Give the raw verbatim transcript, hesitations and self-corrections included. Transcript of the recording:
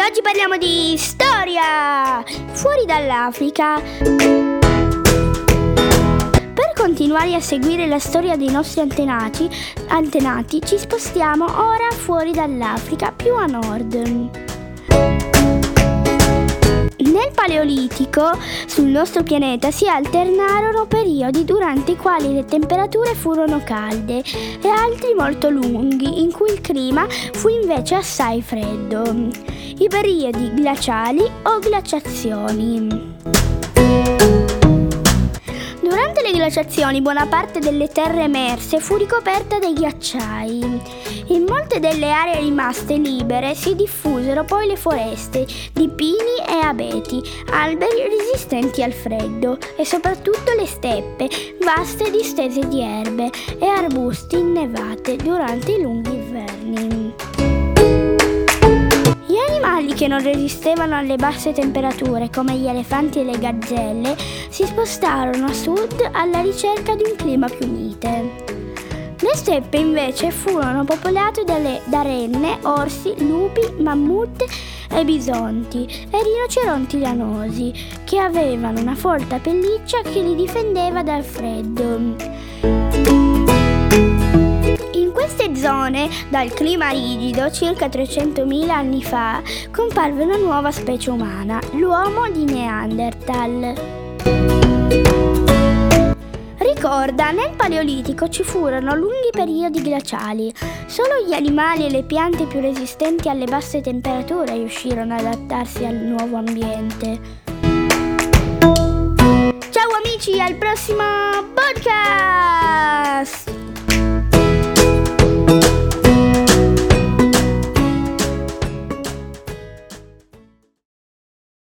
oggi parliamo di storia fuori dall'Africa. Per continuare a seguire la storia dei nostri antenati, antenati ci spostiamo ora fuori dall'Africa, più a nord. Nel Paleolitico, sul nostro pianeta, si alternarono periodi durante i quali le temperature furono calde e altri molto lunghi, in cui il clima fu invece assai freddo. I periodi glaciali o glaciazioni. Durante le glaciazioni buona parte delle terre emerse fu ricoperta dai ghiacciai. In molte delle aree rimaste libere si diffusero poi le foreste di pini e abeti, alberi resistenti al freddo, e soprattutto le steppe, vaste distese di erbe e arbusti innevate durante i lunghi inverni. Gli animali che non resistevano alle basse temperature, come gli elefanti e le gazzelle, si spostarono a sud alla ricerca di un clima più mite. Le steppe invece furono popolate dalle, da renne, orsi, lupi, mammut e bisonti e rinoceronti lanosi, che avevano una folta pelliccia che li difendeva dal freddo. In queste zone, dal clima rigido, circa trecentomila anni fa, comparve una nuova specie umana, l'uomo di Neanderthal. Ricorda, nel Paleolitico ci furono lunghi periodi glaciali. Solo gli animali e le piante più resistenti alle basse temperature riuscirono ad adattarsi al nuovo ambiente. Ciao amici, al prossimo